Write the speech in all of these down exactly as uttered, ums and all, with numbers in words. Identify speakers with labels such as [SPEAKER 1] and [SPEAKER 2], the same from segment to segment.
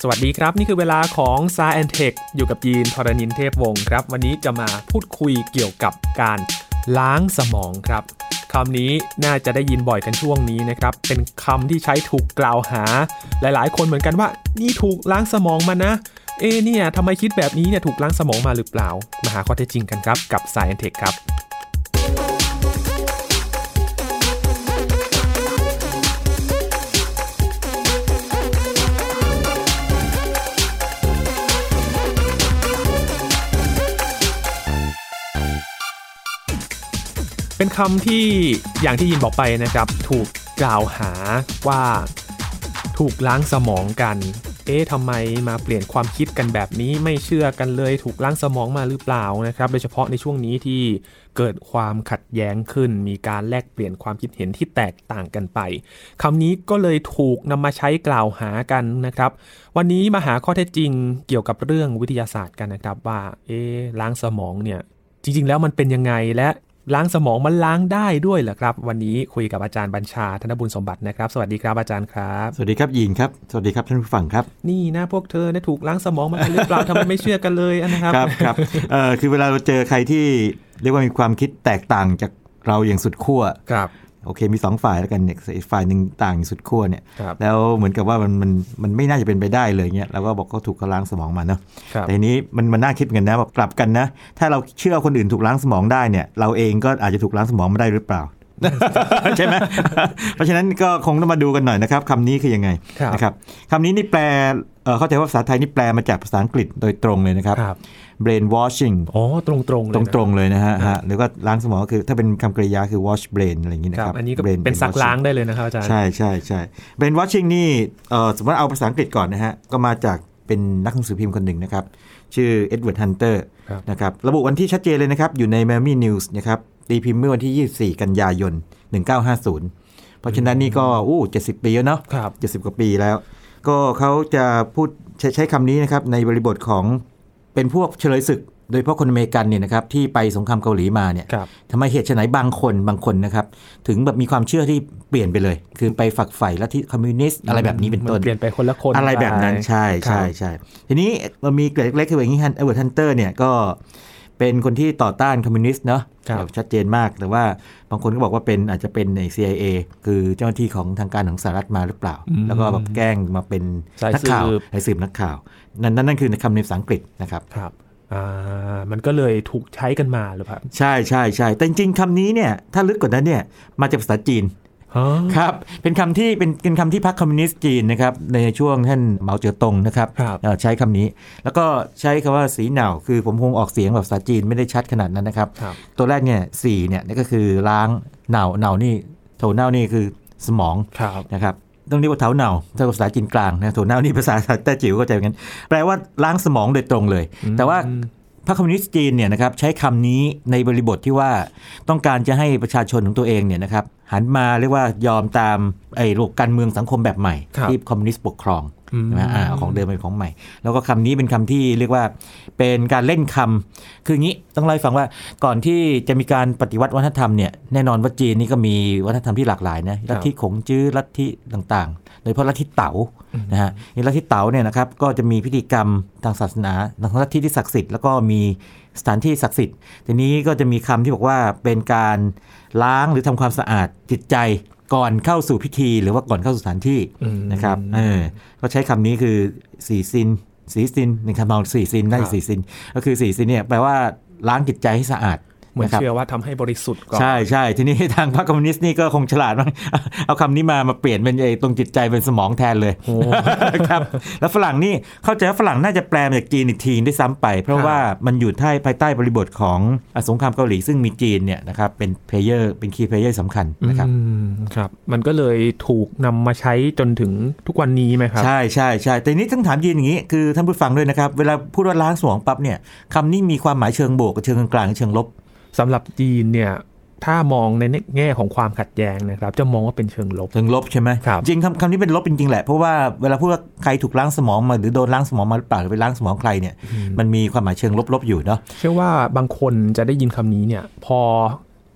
[SPEAKER 1] สวัสดีครับนี่คือเวลาของ Science แอนด์ Tech อยู่กับยีนทรณินเทพวงศ์ครับวันนี้จะมาพูดคุยเกี่ยวกับการล้างสมองครับคำนี้น่าจะได้ยินบ่อยกันช่วงนี้นะครับเป็นคำที่ใช้ถูกกล่าวหาหลายๆคนเหมือนกันว่านี่ถูกล้างสมองมานะเอ๊ะเนี่ยทำไมคิดแบบนี้เนี่ยถูกล้างสมองมาหรือเปล่ามาหาข้อเท็จจริงกันครับกับ Science แอนด์ Tech ครับเป็นคำที่อย่างที่ยินบอกไปนะครับถูกกล่าวหาว่าถูกล้างสมองกันเอ๊ะทำไมมาเปลี่ยนความคิดกันแบบนี้ไม่เชื่อกันเลยถูกล้างสมองมาหรือเปล่านะครับโดยเฉพาะในช่วงนี้ที่เกิดความขัดแย้งขึ้นมีการแลกเปลี่ยนความคิดเห็นที่แตกต่างกันไปคำนี้ก็เลยถูกนำมาใช้กล่าวหากันนะครับวันนี้มาหาข้อเท็จจริงเกี่ยวกับเรื่องวิทยาศาสตร์กันนะครับว่าเอ๊ะล้างสมองเนี่ยจริงๆแล้วมันเป็นยังไงและล้างสมองมันล้างได้ด้วยเหรอครับวันนี้คุยกับอาจารย์บัญชาธนบุญสมบัตินะครับสวัสดีครับอาจารย์ครับ
[SPEAKER 2] สวัสดีครับยีนครับสวัสดีครับท่านผู้ฟังครับ
[SPEAKER 1] นี่นะพวกเธอเนี่ยถูกล้างสมองมาหรือเปล่าทำไมไม่เชื่อกันเลยนะครับ
[SPEAKER 2] ครับครับเอ่อคือเวลาเราเจอใครที่เรียกว่ามีความคิดแตกต่างจากเราอย่างสุดขั้ว
[SPEAKER 1] ครับ
[SPEAKER 2] โอเคมีสองฝ่ายแล้วกันเนี่ยอีกฝ่ายนึงต่างอย่างสุดขั้วเนี่ยแล้วเหมือนกับว่ามันมันมันไม่น่าจะเป็นไปได้เลยเนี่ยเราก็บอกเขาถูกเขาล้างสมองมาเนาะแต่ทีนี้มันมันน่าคิดกันนะว่ากลับกันนะถ้าเราเชื่อคนอื่นถูกล้างสมองได้เนี่ยเราเองก็อาจจะถูกล้างสมองไม่ได้หรือเปล่า ใช่ไหม เพราะฉะนั้นก็คงต้องมาดูกันหน่อยนะครับคำนี้คือยังไงนะครับคำนี้นี่แปลเข้าใจว่าภาษาไทยนี่แปลมาจากภาษาอังกฤษโดยตรงเลยนะครับbrain washing
[SPEAKER 1] อ๋อตรงๆเลย
[SPEAKER 2] ตรงๆเลยนะฮะหรือว่าล้างสมองก็คือถ้าเป็นคำกริยาคือ wash brain อะไรอย่างนี้นะครับ
[SPEAKER 1] อันนี้ก็เป็นซักล้างได้เลยนะครับอาจารย์
[SPEAKER 2] ใช่ใช่ใช่ brain washing นี่สมมติเอาภาษาอังกฤษก่อนนะฮะก็มาจากเป็นนักหนังสือพิมพ์คนหนึ่งนะครับชื่อเอ็ดเวิร์ดฮันเตอร์นะครับระบุวันที่ชัดเจนเลยนะครับอยู่ใน Miami News นะครับตีพิมพ์เมื่อวันที่ยี่สิบสี่กันยายนหนึ่งพันเก้าร้อยห้าสิบเพราะฉะนั้นนี่ก็อู้เจ็ดสิบปีแล้วเนาะเจ็ดสิบกว่าปีแล้วก็เขาจะพูดใช้ใช้คำนี้นะครับในบริบทของเป็นพวกเฉลยศึกโดยเฉพาะคนอเมริกันเนี่ยนะครับที่ไปสงครามเกาหลีมาเนี่ยทำไมเหตุไฉนบางคนบางคนนะครับถึงแบบมีความเชื่อที่เปลี่ยนไปเลยคือไปฝักใฝ่ลัทธิคอมมิวนิสต์อะไรแบบนี้เป็นต้น
[SPEAKER 1] เปลี่ยนไปคนละคน
[SPEAKER 2] อะไรแบบนั้นใช่ใช่ใช่ทีนี้มันมีเกร็ดเล็กๆคืออย่างนี้ฮันเอ็ดเวิร์ดฮันเตอร์เนี่ยก็เป็นคนที่ต่อต้านคอมมิวนิสต์เนาะชัดเจนมากแต่ว่าบางคนก็บอกว่าเป็นอาจจะเป็นใน ซี ไอ เอ คือเจ้าหน้าที่ของทางการของสหรัฐมาหรือเปล่าแล้วก็แบบแกล้งมาเป็นนักข่าวให้สืบนักข่าวนั่นนั่นคือคำในภาษาอังกฤษนะครับ
[SPEAKER 1] ครับอ่ามันก็เลยถูกใช้กันมาหรือเปล่า
[SPEAKER 2] ใช่ใช่ใช่แต่จริงๆคำนี้เนี่ยถ้าลึกกว่านั้นเนี่ยมาจากภาษาจีนครับเป็นคำที่เป็นเป็นคำที่พรรคคอมมิวนิสต์จีนนะครับในช่วงท่านเหมาเจ๋อตงนะครับใช้คำนี้แล้วก็ใช้คำว่าสีเหนาคือผมคงออกเสียงแบบภาษาจีนไม่ได้ชัดขนาดนั้นนะครับตัวแรกเนี่ยสีเนี่ยนี่ก็คือล้างเหนาเหนานี่โถเน่านี่คือสมองนะครับต้องเรียกว่าเท้าเหนาถ้าภาษาจีนกลางนะโถเน่านี่ภาษาแต้จิ๋วก็จะอย่างนั้นแปลว่าล้างสมองโดยตรงเลยแต่ว่าพรรคคอมมิวนิสต์จีนเนี่ยนะครับใช้คำนี้ในบริบทที่ว่าต้องการจะให้ประชาชนของตัวเองเนี่ยนะครับหันมาเรียกว่ายอมตามไอ้ระบบการเมืองสังคมแบบใหม่ที่คอมมิวนิสต์ปกครองนะอ่าของเดิมเป็นของใหม่แล้วก็คำนี้เป็นคำที่เรียกว่าเป็นการเล่นคำคืองี้ต้องเล่าให้ฟังว่าก่อนที่จะมีการปฏิวัติวัฒนธรรมเนี่ยแน่นอนว่าจีนนี่ก็มีวัฒนธรรมที่หลากหลายนะลัทธิขงจื้อลัทธิต่างๆโดยเฉพาะลัทธิเต๋านะฮะในลัทธิเต๋าเนี่ยนะครับก็จะมีพิธีกรรมทางศาสนาทางลัทธิที่ศักดิ์สิทธิ์แล้วก็มีสถานที่ศักดิ์สิทธิ์ทีนี้ก็จะมีคำที่บอกว่าเป็นการล้างหรือทำความสะอาดจิตใจก่อนเข้าสู่พิธีหรือว่าก่อนเข้าสู่สถานที่นะครับเออก็ใช้คำนี้คือสี่ซินสี่ซินในคำนองสี่ซินได้สี่ซินก็คือสี่ซินเนี่ยแปลว่าล้างจิตใจให้สะอาด
[SPEAKER 1] เหมือนเชื่อว่าทำให้บริสุทธิ์ก่อน
[SPEAKER 2] ใช่ใช่ทีนี้ทางพรรคคอมมิวนิสต์นี่ก็คงฉลาดมากเอาคำนี้มามาเปลี่ยนเป็นไอ้ตรงจิตใจเป็นสมองแทนเลยครับแล้วฝรั่งนี่เข้าใจว่าฝรั่งน่าจะแปลมาจากจีนอีกทีได้ซ้ำไปเพราะว่ามันอยู่ใต้ภายใต้บริบทของสงครามเกาหลีซึ่งมีจีนเนี่ยนะครับเป็นเพลเยอร์เป็นคีย์เพลเยอร์สำคัญนะครับ
[SPEAKER 1] ครับมันก็เลยถูกนำมาใช้จนถึงทุกวันนี้ไหมครับ
[SPEAKER 2] ใช่ใช่ใช่แต่นี้ต้องถามยีนอย่างนี้คือท่านผู้ฟังด้วยนะครับเวลาพูดว่าล้างสมองปั๊บเนี่ยคำนี้มีความหมายเชิงบวกกับเชิงกลางเชิงลบ
[SPEAKER 1] สำหรับจีนเนี่ยถ้ามองในแง่ของความขัดแย้งนะครับจะมองว่าเป็นเชิงลบ
[SPEAKER 2] เชิงลบใช่ไหมจริงคำคำนี้เป็นลบจริงๆแหละเพราะว่าเวลาพูดว่าใครถูกล้างสมองมาหรือโดนล้างสมองมาหรือเปล่าหรือไปล้างสมองใครเนี่ยมันมีความหมายเชิงลบๆอยู่เนาะ
[SPEAKER 1] เชื่อว่าบางคนจะได้ยินคำนี้เนี่ยพอ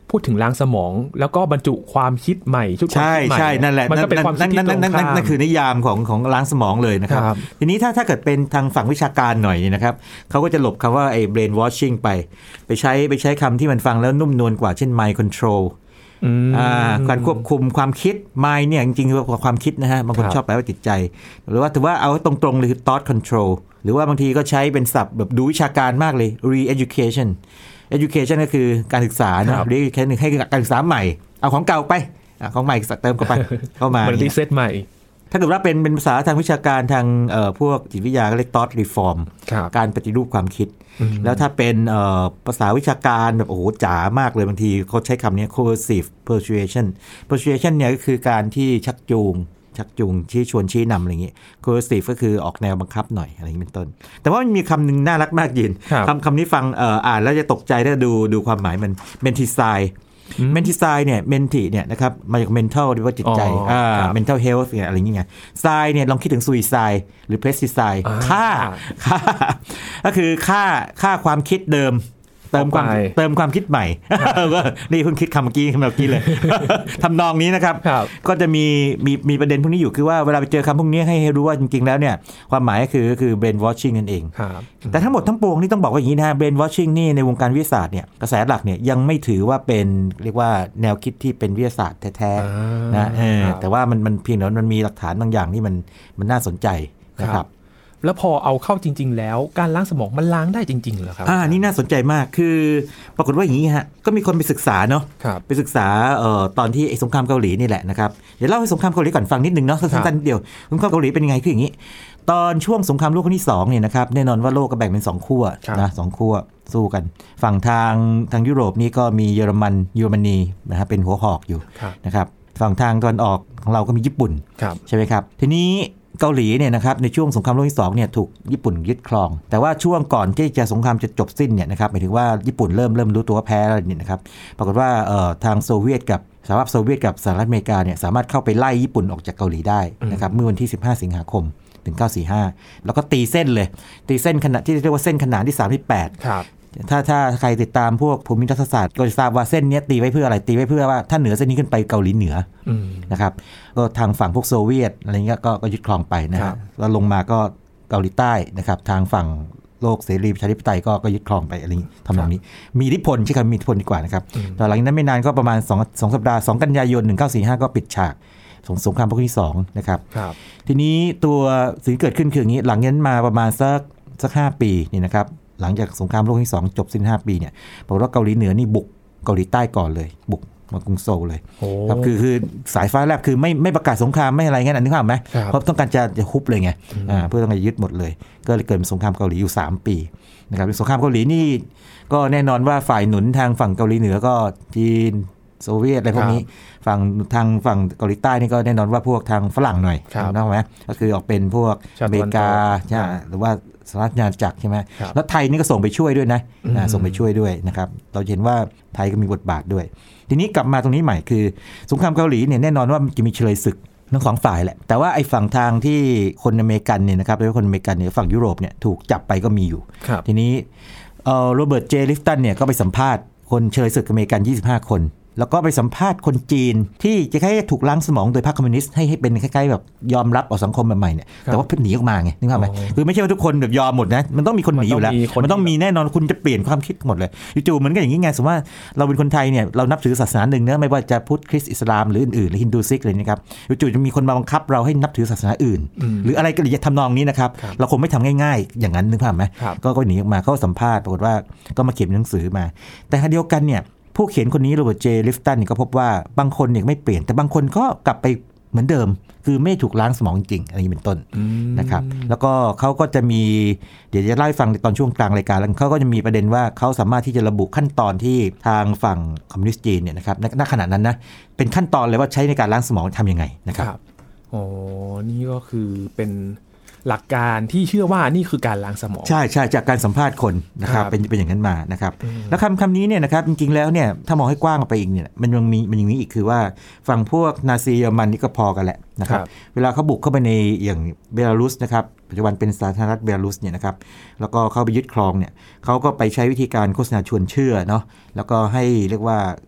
[SPEAKER 1] พูดถึงล้างสมองแล้วก็บรรจุความคิดใหม่ชุดความคิดใหม่
[SPEAKER 2] ใช่ๆนั่นแหละ
[SPEAKER 1] มันก็เป็นความคิดที่ตรงข้าม
[SPEAKER 2] นั่นคือนิยามของของล้างสมองเลยนะครับทีนี้ถ้าถ้าเกิดเป็นทางฝั่งวิชาการหน่อยเนี่ยนะครับเขาก็จะหลบคำว่าไอ้ brain washing ไปไปใช้ไปใช้คำที่มันฟังแล้วนุ่มนวลกว่าเช่น mind control การควบคุมความคิด mind เนี่ยจริงๆคือความคิดนะฮะบางคนชอบแปลว่าจิตใจหรือว่าถือว่าเอาตรงๆเลยคือ thought control หรือว่าบางทีก็ใช้เป็นศัพท์แบบดูวิชาการมากเลย re-education education ก็คือการศึกษานะ re-education ให้การศึกษาใหม่เอาของเก่าไปของใหม่เติมเข้าไปเข้ามา
[SPEAKER 1] เหมือนรีเซ็ตใหม่
[SPEAKER 2] ถ้าเกิดว่าเป็นเป็นภาษาทางวิชาการทางพวกจิตวิทยาก็เรียก thought reform การปฏิรูปความคิดแล้วถ้าเป็นภาษาวิชาการแบบโอ้โหจ๋ามากเลยบางทีเขาใช้คำนี้ coercive persuasion persuasion เนี่ยก็คือการที่ชักจูงชักจูงชี้ชวนชี้นำอะไรอย่างนี้ coercive ก็คือออกแนวบังคับหน่อยอะไรอย่างนี้เป็นต้นแต่ว่ามันมีคำหนึ่งน่ารักมากยินคำคำนี้ฟังอ่านแล้วจะตกใจถ้าดูดูความหมายมัน menticide menticide เนี่ย menti เนี่ยนะครับมาจาก mental หรือว่าจิตใจอ่า mental health เนี่ยอะไรอย่างเงี้ย side เนี่ยลองคิดถึง suicide หรือ pesticide ฆ่าฆ่าก็คือฆ่าฆ่าความคิดเดิมเติมความเติมความคิดใหม่นี่เพิ่งคิดคำเมื่อกี้คำเมื่อกี้เลยทำนองนี้นะครับก็จะมีมีมีประเด็นพวกนี้อยู่คือว่าเวลาไปเจอคำพวกนี้ให้ให้รู้ว่าจริงๆแล้วเนี่ยความหมายก็คือคือ brain washing นั่นเองแต่ทั้งหมดทั้งปวงนี่ต้องบอกว่าอย่างนี้นะ brain washing นี่ในวงการวิทยาศาสตร์เนี่ยกระแสหลักเนี่ยยังไม่ถือว่าเป็นเรียกว่าแนวคิดที่เป็นวิทยาศาสตร์แท้ๆนะแต่ว่ามันมันเพียงแต่มันมีหลักฐานบางอย่างที่มันมันน่าสนใจนะครับ
[SPEAKER 1] แล้วพอเอาเข้าจริงๆแล้วการล้างสมองมันล้างได้จริงๆเหรอครับ
[SPEAKER 2] อ่านี่น่าสนใจมากคือปรากฏว่าอย่างนี้ฮะก็มีคนไปศึกษาเนาะไปศึกษาเอ่อตอนที่ไอ้สงครามเกาหลีนี่แหละนะครับเดี๋ยวเล่าให้สงครามเกาหลีก่อนฟังนิดนึงเนาะสั้นๆนิดเดียวสงครามเกาหลีเป็นยังไงคืออย่างนี้ตอนช่วงสงครามโลกครั้งที่สองเนี่ยนะครับแน่นอนว่าโลกก็แบ่งเป็นสองขั้วนะสองขั้วสู้กันฝั่งทางทางยุโรปนี่ก็มีเยอรมันเยอรมนีนะครับเป็นหัวหอกอยู่นะครับฝั่งทางตะวันออกของเราก็มีญี่ปุ่นใช่ไหมครับทีนี้เกาหลีเนี่ยนะครับในช่วงสงครามโลกที่สองเนี่ยถูกญี่ปุ่นยึดครองแต่ว่าช่วงก่อนที่จะสงครามจะจบสิ้นเนี่ยนะครับหมายถึงว่าญี่ปุ่นเริ่มเริ่มรู้ตัวว่าแพ้แล้วนี่นะครับปรากฏว่าเอ่อทางโซเวียตกับสหภาพโซเวียตกับสหรัฐอเมริกาเนี่ยสามารถเข้าไปไล่ญี่ปุ่นออกจากเกาหลีได้นะครับเมื่อวันที่สิบห้าสิงหาคมถึงเก้าสี่ห้าแล้วก็ตีเส้นเลยตีเส้นขนาดที่เรียกว่าเส้นขนานที่สามสิบแปดครับถ้าถ้าใครติดตามพวกภูมิรัฐศาสตร์ก็จะทราบว่าเส้นนี้ตีไว้เพื่ออะไรตีไว้เพื่อว่าถ้าเหนือเส้นนี้ขึ้นไปเกาหลีเหนือนะครับก็ทางฝั่งพวกโซเวียตอะไรเงี้ยก็ก็ยึดครองไปนะครับแล้วลงมาก็เกาหลีใต้นะครับทางฝั่งโลกเสรีประชาธิปไตยก็ก็ยึดครองไปอะไรทำนองนี้มีอิทธิพลใช่ครับมีอิทธิพลดีกว่านะครับแต่หลังจากนั้นไม่นานก็ประมาณ2 2สัปดาห์สองกันยายนหนึ่งเก้าสี่ห้าก็ปิดฉากสงสงครามโลกที่สองนะครับทีนี้ตัวสิ่งที่เกิดขึ้นคืออย่างนี้หลังนั้นมาประมาณสักสักห้าปีนี่นะครับหลังจากสงครามโลกที่สองจบสิ้นห้าปีเนี่ยบอกว่าเกาหลีเหนือนี่บุกเกาหลีใต้ก่อนเลยบุกมากรุงโซลเลยครับคือคือสายฟ้าแลบคือไม่ไม่ประกาศสงครามไม่อะไรเงี้ยนึกภาพไหมเพราะต้องการจะจะฮุบเลยไงอ่าเพื่อต้องการยึดหมดเลยก็เลยเกิดสงครามเกาหลีอยู่สามปีนะครับสงครามเกาหลีนี่ก็แน่นอนว่าฝ่ายหนุนทางฝั่งเกาหลีเหนือก็จีนโซเวียตอะไรพวกนี้ฝั่งทางฝั่งเกาหลีใต้นี่ก็แน่นอนว่าพวกทางฝรั่งหน่อยนะไหมก็คือออกเป็นพวกอเมริกาใช่หรือว่าสหรัฐอาณาจักรใช่ไหมแล้วไทยนี่ก็ส่งไปช่วยด้วยนะส่งไปช่วยด้วยนะครับเราเห็นว่าไทยก็มีบทบาทด้วยทีนี้กลับมาตรงนี้ใหม่คือสงครามเกาหลีเนี่ยแน่นอนว่ามันจะมีเฉลยศึกทั้งสองฝ่ายแหละแต่ว่าไอ้ฝั่งทางที่คนอเมริกันเนี่ยนะครับหรือว่าคนอเมริกันเนี่ยฝั่งยุโรปเนี่ยถูกจับไปก็มีอยู่ทีนี้โรเบิร์ตเจลิฟตันเนี่ยก็ไปสัมภาษณ์คนเฉลยศึกอเมริกันยี่สิบห้าคนแล้วก็ไปสัมภาษณ์คนจีนที่จะคล้ายๆถูกล้างสมองโดยพรรคคอมมิวนิสต์ให้ให้เป็นคล้ายๆแบบยอมรับออกสังคมแบบใหม่เนี่ยแต่ว่าหนีออกมาไงนึกภาพไหมคือไม่ใช่ว่าทุกคนแบบยอมหมดนะมันต้องมีคนหนีอยู่แล้วมันต้องมีแน่นอนคุณจะเปลี่ยนความคิดหมดเลยจู่ๆเหมือนกันอย่างนี้ไงสมมติว่าเราเป็นคนไทยเนี่ยเรานับถือศาสนาหนึ่งเนอะไม่ว่าจะพุทธคริสต์อิสลามหรืออื่นๆหรือฮินดูซิกอะไรนะครับจู่ๆจะมีคนมาบังคับเราให้นับถือศาสนาอื่นหรืออะไรก็จะทำนองนี้นะครับเราคงไม่ทำง่ายๆอย่างนั้นนึกภาพไหมก็ก็หนีออกมาเขาสัมภาษณ์ปรากฏว่าก็มาเขียนหนังสือมาแต่เดียวกันเนี่ยผู้เขียนคนนี้โรเบิร์ตเจลิฟตันก็พบว่าบางคนเนี่ยไม่เปลี่ยนแต่บางคนก็กลับไปเหมือนเดิมคือไม่ถูกล้างสมองจริงอะไรอย่างนี้เป็นต้นนะครับแล้วก็เขาก็จะมีเดี๋ยวจะเล่าให้ฟังในตอนช่วงกลางรายการแล้วเขาก็จะมีประเด็นว่าเขาสามารถที่จะระบุขั้นตอนที่ทางฝั่งคอมมิวนิสต์จีนเนี่ยนะครับณขณะนั้นนะเป็นขั้นตอนเลยว่าใช้ในการล้างสมองทำยังไงนะครับ
[SPEAKER 1] อ๋อนี่ก็คือเป็นหลักการที่เชื่อว่านี่คือการล้างสมอง
[SPEAKER 2] ใช่ใช่จากการสัมภาษณ์คนนะครับเป็นเป็นอย่างนั้นมานะครับแล้วคำคำนี้เนี่ยนะครับจริงๆแล้วเนี่ยถ้ามองให้กว้างไปอีกเนี่ยมันยังมีมันยังมีอีกคือว่าฝั่งพวกนาซีเยอรมันนี่ก็พอกันแหละนะครับเวลาเขาบุกเข้าไปในอย่างเบลารุสนะครับปัจจุบันเป็นสาธารณรัฐเบลารุสเนี่ยนะครับแล้วก็เข้าไปยึดครองเนี่ยเขาก็ไปใช้วิธีการโฆษณาชวนเชื่อเนาะแล้วก็ให้เรียกว่า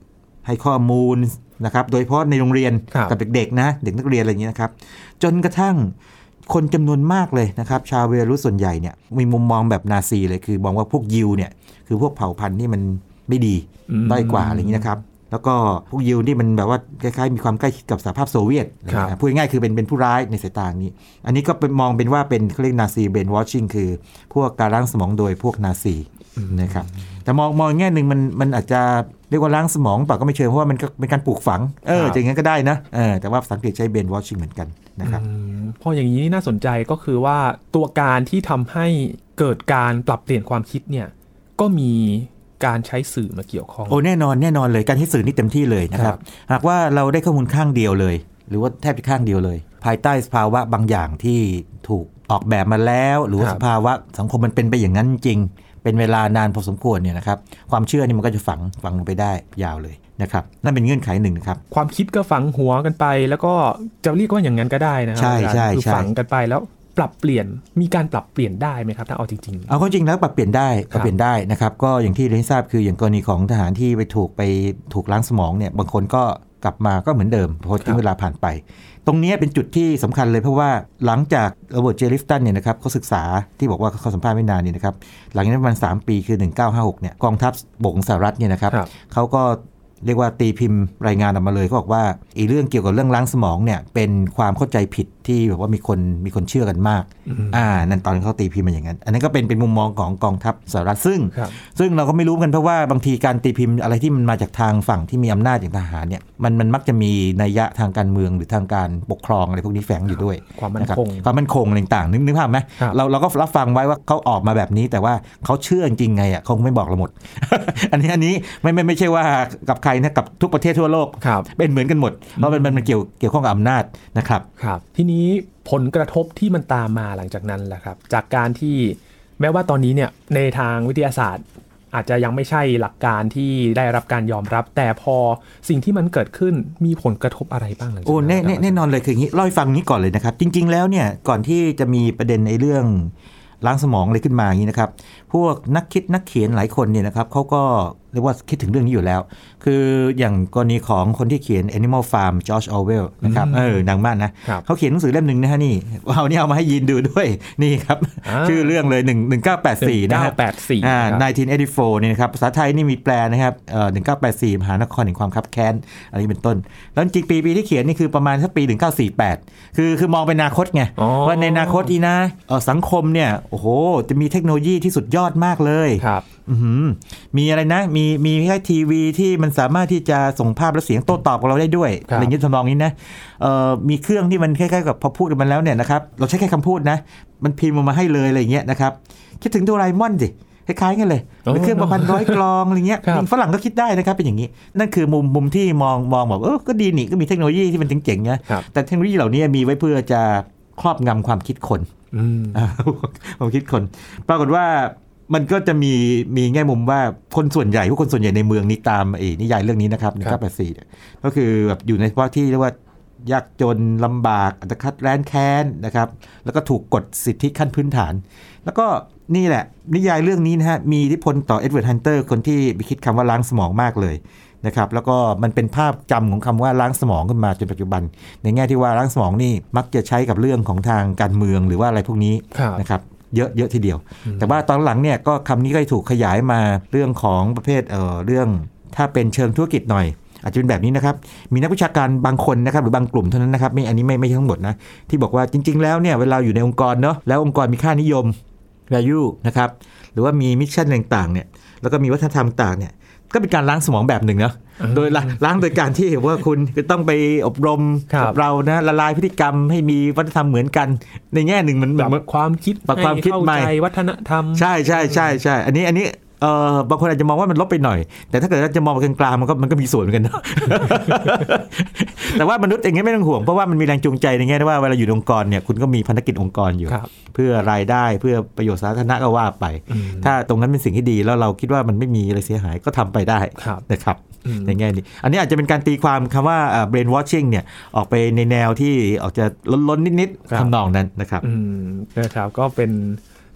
[SPEAKER 2] ให้ข้อมูลนะครับโดยเฉพาะในโรงเรียนกับเด็กๆนะเด็กนักเรียนอะไรอย่างเงี้ยนะครับจนกระทั่งคนจำนวนมากเลยนะครับชาวเบลารุสส่วนใหญ่เนี่ยมีมุมมองแบบนาซีเลยคือมองว่าพวกยิวเนี่ยคือพวกเผ่าพันธุ์ที่มันไม่ดีด้อยกว่าอะไรอย่างนี้นะครับแล้วก็พวกยิวที่มันแบบว่าคล้ายๆมีความใกล้ชิดกับสหภาพโซเวียตพูดง่ายๆคือเป็นเป็นผู้ร้ายในสายตานี้อันนี้ก็เป็นมองเป็นว่าเป็นเขาเรียกนาซีเบรนวอชชิ่งคือพวกการล้างสมองโดยพวกนาซีนะครับแต่มองมองแง่หนึ่งมันมันอาจจะเรียกว่าล้างสมองเปล่าก็ไม่เชิงเพราะว่ามันก็เป็นการปลูกฝังเอออย่างงั้นก็ได้นะเออแต่ว่าภาษาอังกฤษใช้เบรนวอชชิ่งเหมือนกันนะครับ
[SPEAKER 1] พออย่างนี้น่าสนใจก็คือว่าตัวการที่ทำให้เกิดการปรับเปลี่ยนความคิดเนี่ยก็มีการใช้สื่อมาเกี่ยวข้อง
[SPEAKER 2] โอ้แน่นอนแน่นอนเลยการใช้สื่อนี่เต็มที่เลยนะครับหากว่าเราได้ข้อมูลข้างเดียวเลยหรือว่าแทบจะข้างเดียวเลยภายใต้สภาวะบางอย่างที่ถูกออกแบบมาแล้วหรือว่าสภาวะสังคมมันเป็นไปอย่างนั้นจริงเป็นเวลานานพอสมควรเนี่ยนะครับความเชื่อนี่มันก็จะฝังฝังลงไปได้ยาวเลยนะครับนั่นเป็นเงื่อนไขหนึ่งนะครับ
[SPEAKER 1] ความคิดก็ฝังหัวกันไปแล้วก็จะเรียกว่าอย่างนั้นก็ได้นะครับ
[SPEAKER 2] ใช่ใช่
[SPEAKER 1] คือฝังกันไปแล้วปรับเปลี่ยนมีการปรับเปลี่ยนได้ไหมครับถ้าเอาจริงๆ
[SPEAKER 2] เอาจริงแล้วปรับเปลี่ยนได้ปรับเปลี่ยนได้นะครับก็อย่างที่ได้ทราบคืออย่างกรณีของทหารที่ไปถูกไปถูกล้างสมองเนี่ยบางคนก็กลับมาก็เหมือนเดิมพอถึงเวลาผ่านไปตรงนี้เป็นจุดที่สำคัญเลยเพราะว่าหลังจากโรเบิร์ตเจลิฟตันเนี่ยนะครับเขาศึกษาที่บอกว่าเขาสัมภาษณ์ไม่นานนี่นะครับหลังจากนั้นประมาณสามปีคือหนึ่งพันเก้าร้อยห้าสิบหกเนี่ยกองทัพบกสหรัฐเนี่ยนะครับเขาก็เรียกว่าตีพิมพ์รายงานออกมาเลยเขาบอกว่าอีเรื่องเกี่ยวกับเรื่องล้างสมองเนี่ยเป็นความเข้าใจผิดที่แบบว่ามีคนมีคนเชื่อกันมากอ่านั่นตอนเขาตีพิมพ์มาอย่างนั้นอันนั้นก็เป็นเป็นมุมมองของกองทัพสหรัฐซึ่งซึ่งเราก็ไม่รู้กันเพราะว่าบางทีการตีพิมพ์อะไรที่มันมาจากทางฝั่งที่มีอำนาจอย่างทหารเนี่ยมันมันมักจะมีนัยยะทางการเมืองหรือทางการปกครองอะไรพวกนี้แฝงอยู่ด้วย
[SPEAKER 1] ความมั่นคง
[SPEAKER 2] ความมั่นคงต่างๆนึกนึกภาพไหมเราเราก็รับฟังไว้ว่าเขาออกมาแบบนี้แต่ว่าเขาเชื่อจริงไงอ่ะเขาไม่บอกเราหมด อันนี้อันนี้ไม่ไม่ไม่ใช่ว่ากับใครนะกับทุกประเทศทั่วโลกเป็นเหมือนกันหมดเพราะมันมันเกี่ยวเกี่ยวข้องกับอำนาจนะครับ
[SPEAKER 1] ครับทีนี้ผลกระทบที่มันตามมาหลังจากนั้นแหละครับจากการที่แม้ว่าตอนนี้เนี่ยในทางวิทยาศาสตร์อาจจะยังไม่ใช่หลักการที่ได้รับการยอมรับแต่พอสิ่งที่มันเกิดขึ้นมีผลกระทบอะไรบ้างหลังจากนั้น
[SPEAKER 2] โอ้แน่แน่นอนเลยคืออย่างนี้เล่าให้ฟังนี้ก่อนเลยนะครับจริงๆแล้วเนี่ยก่อนที่จะมีประเด็นในเรื่องล้างสมองอะไรขึ้นมาอย่างนี้นะครับพวกนักคิดนักเขียนหลายคนเนี่ยนะครับเขาก็เรียกว่าคิดถึงเรื่องนี้อยู่แล้วคืออย่างกรณีของคนที่เขียน Animal Farm George Orwell นะครับเออดังมากนะเขาเขียนหนังสือเล่มนึงนะฮะนี่เอาเนี่ยเอามาให้ยินดูด้วยนี่ครับชื่อเรื่องเลยหนึ่งเก้าแปดสี่นะฮะอ่าหนึ่งเก้าแปดสี่นี่นะครับภาษาไทยนี่มีแปลนะครับเอ่อหนึ่งเก้าแปดสี่มหานครแห่งความคับแค้นอะไรเป็นต้นแล้วจริงปีปีที่เขียนนี่คือประมาณสักปีหนึ่งเก้าสี่แปดคือคือมองไปอนาคตไงว่าในอนาคตอีนะเอ่อสังคมเนี่ยโอ้โหจะมีเทคโนโลยีที่สุดยอดมากเลย
[SPEAKER 1] ครับ
[SPEAKER 2] มีอะไรนะมีมีแค่ทีวีที่มันสามารถที่จะส่งภาพและเสียงโต้ตอบกับเราได้ด้วยอะไรอย่างนี้ทำนองนี้นะเอ่อมีเครื่องที่มันคล้ายๆกับพอพูดกันมาแล้วเนี่ยนะครับเราใช้แค่คำพูดนะมันพิมพ์มาให้เลยอะไรอย่างเงี้ยนะครับคิดถึงโดราเอมอนสิคล้ายๆกันเลยเป็นเครื่องประพันธ์ร้อยกลองอะไรเงี้ยฝรั่งก็คิดได้นะครับเป็นอย่างนี้นั่นคือมุมมุมที่มองมองแบบเออก็ดีนี่ก็มีเทคโนโลยีที่มันเจ๋งๆนะแต่เทคโนโลยีเหล่านี้มีไว้เพื่อจะครอบงำความคิดคนความคิดคนปรากฏว่ามันก็จะมีมีแง่มุมว่าคนส่วนใหญ่ผู้คนส่วนใหญ่ในเมืองนี้ตามไอ้นิยายเรื่องนี้นะครับหนึ่งเก้าแปดสี่เนี่ยก็คือแบบอยู่ในสภาวะที่เรียกว่ายากจนลำบากอัตคัดแร้นแค้นนะครับแล้วก็ถูกกดสิทธิขั้นพื้นฐานแล้วก็นี่แหละนิยายเรื่องนี้นะฮะมีอิทธิพลต่อเอ็ดเวิร์ดฮันเตอร์คนที่ไปคิดคำว่าล้างสมองมากเลยนะครับแล้วก็มันเป็นภาพจำของคำว่าล้างสมองขึ้นมาจนปัจจุบันในแง่ที่ว่าล้างสมองนี่มักจะใช้กับเรื่องของทางการเมืองหรือว่าอะไรพวกนี้นะครับเยอะเยอะทีเดียวแต่ว่าตอนหลังเนี่ยก็คำนี้ก็ถูกขยายมาเรื่องของประเภทเอ่อเรื่องถ้าเป็นเชิงธุรกิจหน่อยอาจจะเป็นแบบนี้นะครับมีนักวิชาการบางคนนะครับหรือบางกลุ่มเท่านั้นนะครับไม่อันนี้ไม่ไม่ทั้งหมดนะที่บอกว่าจริงๆแล้วเนี่ยเวลาอยู่ในองค์กรเนาะแล้วองค์กรมีค่านิยม value นะครับหรือว่ามีมิชชั่นต่างๆเนี่ยแล้วก็มีวัฒนธรรมต่างเนี่ยก็เป็นการล้างสมองแบบหนึ่งนะโดยล้างโดยการที่ว่าคุณจะต้องไปอบรมกับเรานะละลายพฤติกรรมให้มีวัฒนธรรมเหมือนกันในแง่หนึ่งมันแบบ
[SPEAKER 1] ความคิด
[SPEAKER 2] ปรับความคิดใหม่
[SPEAKER 1] วัฒนธรรม
[SPEAKER 2] ใช่ใช่ใช่ใช่อันนี้อันนี้เอ่อบางคนอาจจะมองว่ามันลบไปหน่อยแต่ถ้าเกิดจะมองไปกลางๆมันก็มันก็มีส่วนเหมือนกันนะ แต่ว่ามนุษย์เองไม่ต้องห่วงเพราะว่ามันมีแรงจูงใจในแง่ที่ว่าเวลาอยู่ในองค์กรเนี่ยคุณก็มีภารกิจองค์กรอยู่เพื่อรายได้เพื่อประโยชน์สาธารณะก็ว่าไปถ้าตรงนั้นเป็นสิ่งที่ดีแล้วเราคิดว่ามันไม่มีอะไรเสียหายก็ทำไปได้นะครับในแง่นี้อันนี้อาจจะเป็นการตีความคำว่า brain washing เนี่ยออกไปในแนวที่ออกจะล้นๆนิดๆทำนองนั้นนะครับ
[SPEAKER 1] นะครับก็เป็น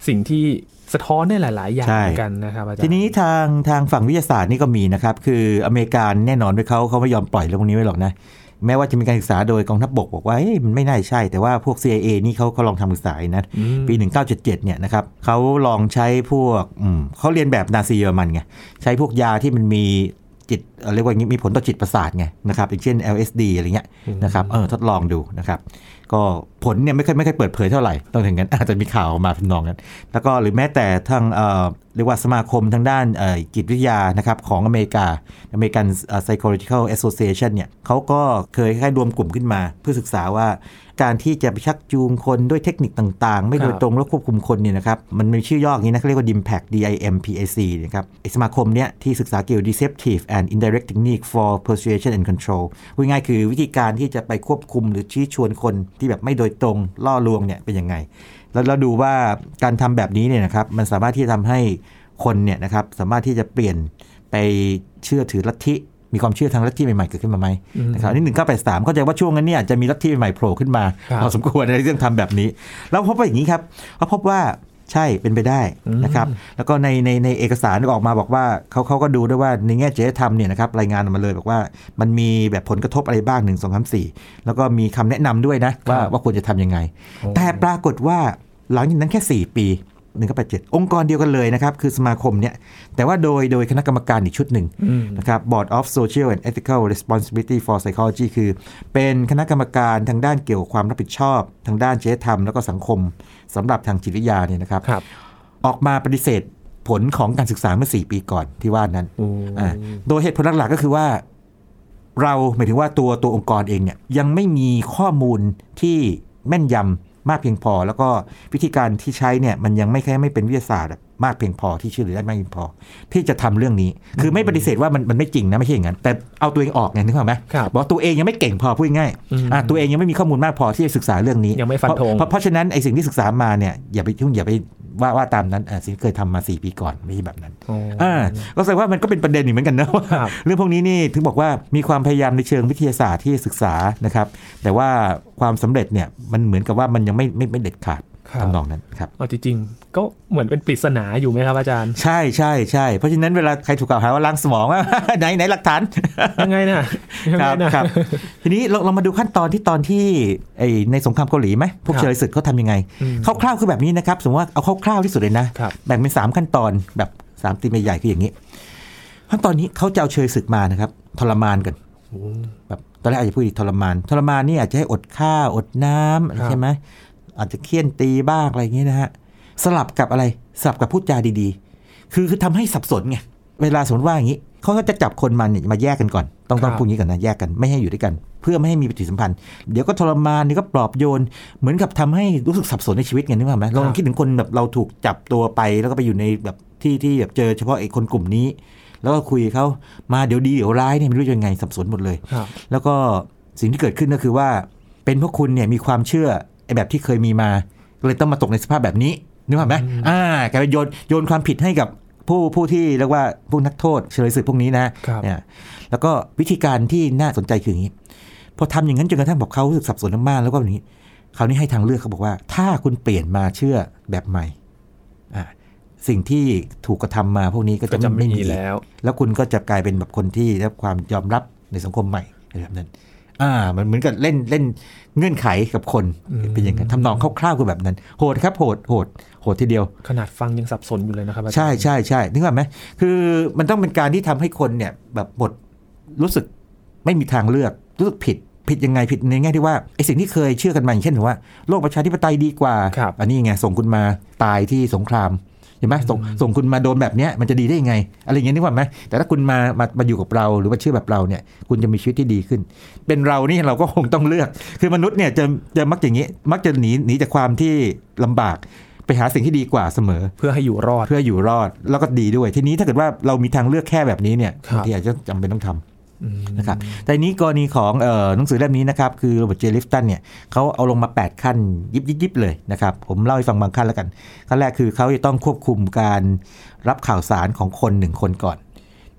[SPEAKER 1] สิ่งที่สะท้อนได้หลายๆอย่างเหมือนกันนะครับอาจารย์
[SPEAKER 2] ทีนี้ทางทางฝั่งวิทยาศาสตร์นี่ก็มีนะครับคืออเมริกาแน่นอนด้วยเขาเขาไม่ยอมปล่อยเรื่องพวกนี้ไว้หรอกนะแม้ว่าจะมีการศึกษาโดยกองทัพบกบอกว่ามันไม่น่าใช่แต่ว่าพวก ซี ไอ เอ นี่เขาเขาลองทำศึกษานะปีหนึ่งพันเก้าร้อยเจ็ดสิบเจ็ดเนี่ยนะครับเขาลองใช้พวกเขาเรียนแบบนาซีเยอรมันไงใช้พวกยาที่มันมีจิตเรียกว่ามีผลต่อจิตประสาทไงนะครับอย่างเช่น แอล เอส ดี อะไรเงี้ยนะครับเออทดลองดูนะครับก็ผลเนี่ยไม่เคยไม่เคยเปิดเผยเท่าไหร่ต้องถึงงั้นอาจจะมีข่าวมาทำนองนั้นแล้วก็หรือแม้แต่ทางเอ่อเรียกว่าสมาคมทางด้านจิตวิทยานะครับของอเมริกา American Psychological Association เนี่ยเขาก็เคยค่ายรวมกลุ่มขึ้นมาเพื่อศึกษาว่าการที่จะไปชักจูงคนด้วยเทคนิคต่างๆไม่โดยตรงแล้วควบคุมคนเนี่ยนะครับมันมีชื่อย่ออย่างนี้นะเรียกว่า ดิมแพค ดี ไอ เอ็ม พี เอ ซี นะครับสมาคมเนี้ยที่ศึกษาเกี่ยวกับ Deceptive and Indirect Technique for Persuasion and Control พูดง่ายคือวิธีการที่จะไปควบคุมหรือชี้ชวนคนที่แบบไม่โดยตรงล่อลวงเนี่ยเป็นยังไงแล้วเราดูว่าการทำแบบนี้เนี่ยนะครับมันสามารถที่จะทำให้คนเนี่ยนะครับสามารถที่จะเปลี่ยนไปเชื่อถือลัทธิมีความเชื่อทางลัทธิใหม่ๆเกิดขึ้นมาไหมนะครับนี่หนึ่งพันเก้าร้อยแปดสิบสามเข้าใจว่าช่วงนั้นเนี่ยจะมีลัทธิใหม่ๆโผล่ขึ้นมาพอสมควรในเรื่องทำแบบนี้แล้วพบว่าอย่างนี้ครับเราพบว่าใช่เป็นไปได้นะครับแล้วก็ในในในเอกสารออกมาบอกว่าเขาเขาก็ดูด้วยว่าในแง่จริยธรรมเนี่ยนะครับรายงานออกมาเลยบอกว่ามันมีแบบผลกระทบอะไรบ้างหนึ่ง สอง สาม สี่แล้วก็มีคำแนะนำด้วยนะว่าว่าควรจะทำยังไงแต่ปรากฏว่าหลังจากนั้นแค่สี่ปีหนึ่งพันเก้าร้อยแปดสิบเจ็ดองค์กรเดียวกันเลยนะครับคือสมาคมเนี่ยแต่ว่าโดยโดยคณะกรรมการอีกชุดหนึ่งนะครับ Board of Social and Ethical Responsibility for Psychology คือเป็นคณะกรรมการทางด้านเกี่ยวกับความรับผิดชอบทางด้านจริยธรรมแล้วก็สังคมสำหรับทางจิตวิทยาเนี่ยนะครับออกมาปฏิเสธผลของการศึกษาเมื่อสี่ปีก่อนที่ว่านั้นโดยเหตุผลหลักๆก็คือว่าเราหมายถึงว่าตัวตัวองค์กรเองเนี่ยยังไม่มีข้อมูลที่แม่นยำมากเพียงพอแล้วก็วิธีการที่ใช้เนี่ยมันยังไม่แค่ไม่เป็นวิทยาศาสตร์มากเพียงพอที่เชื่อถือได้มากเพียงพอที่จะทำเรื่องนี้คือไม่ปฏิเสธว่ามันมันไม่จริงนะไม่ใช่อย่างนั้นแต่เอาตัวเองออกไงนึกออกไหมบอกตัวเองยังไม่เก่งพอพูดง่ายอ่าตัวเองยังไม่มีข้อมูลมากพอที่จะศึกษาเรื่องนี้
[SPEAKER 1] ยังไม่ฟันธง
[SPEAKER 2] เพราะเพราะฉะนั้นไอ้สิ่งที่ศึกษามาเนี่ยอย่าไปยุ่งอย่าไปว่าว่าตามนั้นอ่าสิ่งเคยทำมาสี่ปีก่อนไม่ใช่แบบนั้นอ่าก็แสดงว่ามันก็เป็นประเด็นอีกเหมือนกันนะว่าเรื่องพวกนี้นี่ถึงบอกว่ามีความพยายามในเชิงวิทยาศาสตร์ที่ศึกษานะครับแต่ว่าความสำเร็จเนี่ยมันเหมือนกับว่ามันยังไม่ไม่ไม่เด็ดขาดทำนองนั้นครับ
[SPEAKER 1] เอาจริงๆก็เหมือนเป็นปริศนาอยู่ไหมครับอาจารย์
[SPEAKER 2] ใช่ใช่ใช่เพราะฉะนั้นเวลาใครถูกกล่าวหาว่าล้างสมองว่า ไหนไหนหลักฐาน
[SPEAKER 1] ยังไงนะ
[SPEAKER 2] ครับครับทีนี้เราเรามาดูขั้นตอนที่ตอนที่ไอในสงครามเกาหลีไหมพวกเฉลยศึกเขาทำยังไงคร่าวๆคือแบบนี้นะครับสมมติว่าเอาคร่าวๆที่สุดเลยนะแบ่งเป็นสามขั้นตอนแบบสามตีมใหญ่ๆคืออย่างนี้ขั้นตอนนี้เขาจะเอาเฉลยศึกมานะครับทรมานกันแบบตอนแรกอาจจะพูดทรมานทรมานนี่อาจจะให้อดข้าวอดน้ำใช่ไหมอาจจะเคี่ยนตีบ้างอะไรอย่างนี้นะฮะสลับกับอะไรสลับกับพูดจาดีๆคือคือทำให้สับสนไงเวลาสมมติว่าอย่างนี้เขาก็จะจับคนมันเนี่ยมาแยกกันก่อนต้องต้องพูดอย่างนี้ก่อนนะแยกกันไม่ให้อยู่ด้วยกันเพื่อไม่ให้มีปฏิสัมพันธ์เดี๋ยวก็ทรมานเดี๋ยวก็ปลอบโยนเหมือนกับทำให้รู้สึกสับสนในชีวิตไงนึกภาพไหมเราลองคิดถึงคนแบบเราถูกจับตัวไปแล้วก็ไปอยู่ในแบบที่ที่แบบเจอเฉพาะไอ้คนกลุ่มนี้แล้วก็คุยเขามาเดี๋ยวดีเดี๋ยวร้ายเนี่ยไม่รู้ยังไงสับสนหมดเลยแล้วก็สิ่งที่เกิดขึ้นก็คือว่าเป็นเพราะคุณเนี่ยมีความเชื่อไอ้แบบที่เคยมีมาเลยต้องมาตกในสภาพแบบนี้นึกภาพไหมอ่ากลายเป็นโยนโยนความผิดให้กับผู้ผู้ที่เรียกว่าผู้นักโทษเฉลยศึกพวกนี้นะเนี่ยแล้วก็วิธีการที่น่าสนใจคืออย่างนี้พอทำอย่างนั้นจนกระทั่งบอกเขารู้สึกสับสนมากแล้วก็แบบนี้คราวนี้ให้ทางเลือกเขาบอกว่าถ้าคุณเปลี่ยนมาเชื่อแบบใหม่อ่าสิ่งที่ถูกกระทำมาพวกนี้ก็จะไม่มีแล้วแล้วคุณก็จะกลายเป็นแบบคนที่ได้รับความยอมรับในสังคมใหม่แบบนั้นอ่ามันเหมือนกับเล่นเล่นเงื่อนไขกับคนเป็นอย่างนั้นทำนองคร่าวๆคือแบบนั้นโหดครับโหดโหดโหดทีเดียว
[SPEAKER 1] ขนาดฟังยังสับสนอยู่เลยนะครับ
[SPEAKER 2] ใช่ใช่ใช่นึกว่าไหมคือมันต้องเป็นการที่ทำให้คนเนี่ยแบบหมดรู้สึกไม่มีทางเลือกรู้สึกผิดผิดยังไงผิดในแง่ที่ว่าไอ้สิ่งที่เคยเชื่อกันมาอย่างเช่นว่าโลกประชาธิปไตยดีกว่าอันนี้ไงส่งคุณมาตายที่สงครามเห็นไหมส่งส่งคุณมาโดนแบบนี้มันจะดีได้ยังไงอะไรอย่างเงี้ยนึกว่าไหมแต่ถ้าคุณมามามาอยู่กับเราหรือว่าเชื่อแบบเราเนี่ยคุณจะมีชีวิตที่ดีขึ้นเป็นเรานี่เราก็คงต้องเลือกคือมนุษย์เนี่ยจะจะมักอย่างนี้มักจะหนีหนีจากความที่ลำบากไปหาสิ่งที่ดีกว่าเสมอ
[SPEAKER 1] เพื่อให้อยู่รอด
[SPEAKER 2] เพื่ออยู่รอดแล้วก็ดีด้วยทีนี้ถ้าเกิดว่าเรามีทางเลือกแค่แบบนี้เนี่ยบางทีอาจจะจำเป็นต้องทำนะครับแต่นี้กรณีของเอ่อหนังสือเล่มนี้นะครับคือโรเบิร์ตเจลิฟตันเนี่ยเขาเอาลงมาแปดขั้นยิบยิบยิบเลยนะครับผมเล่าให้ฟังบางขั้นแล้วกันขั้นแรกคือเขาจะต้องควบคุมการรับข่าวสารของคนหนึ่งคนก่อนพ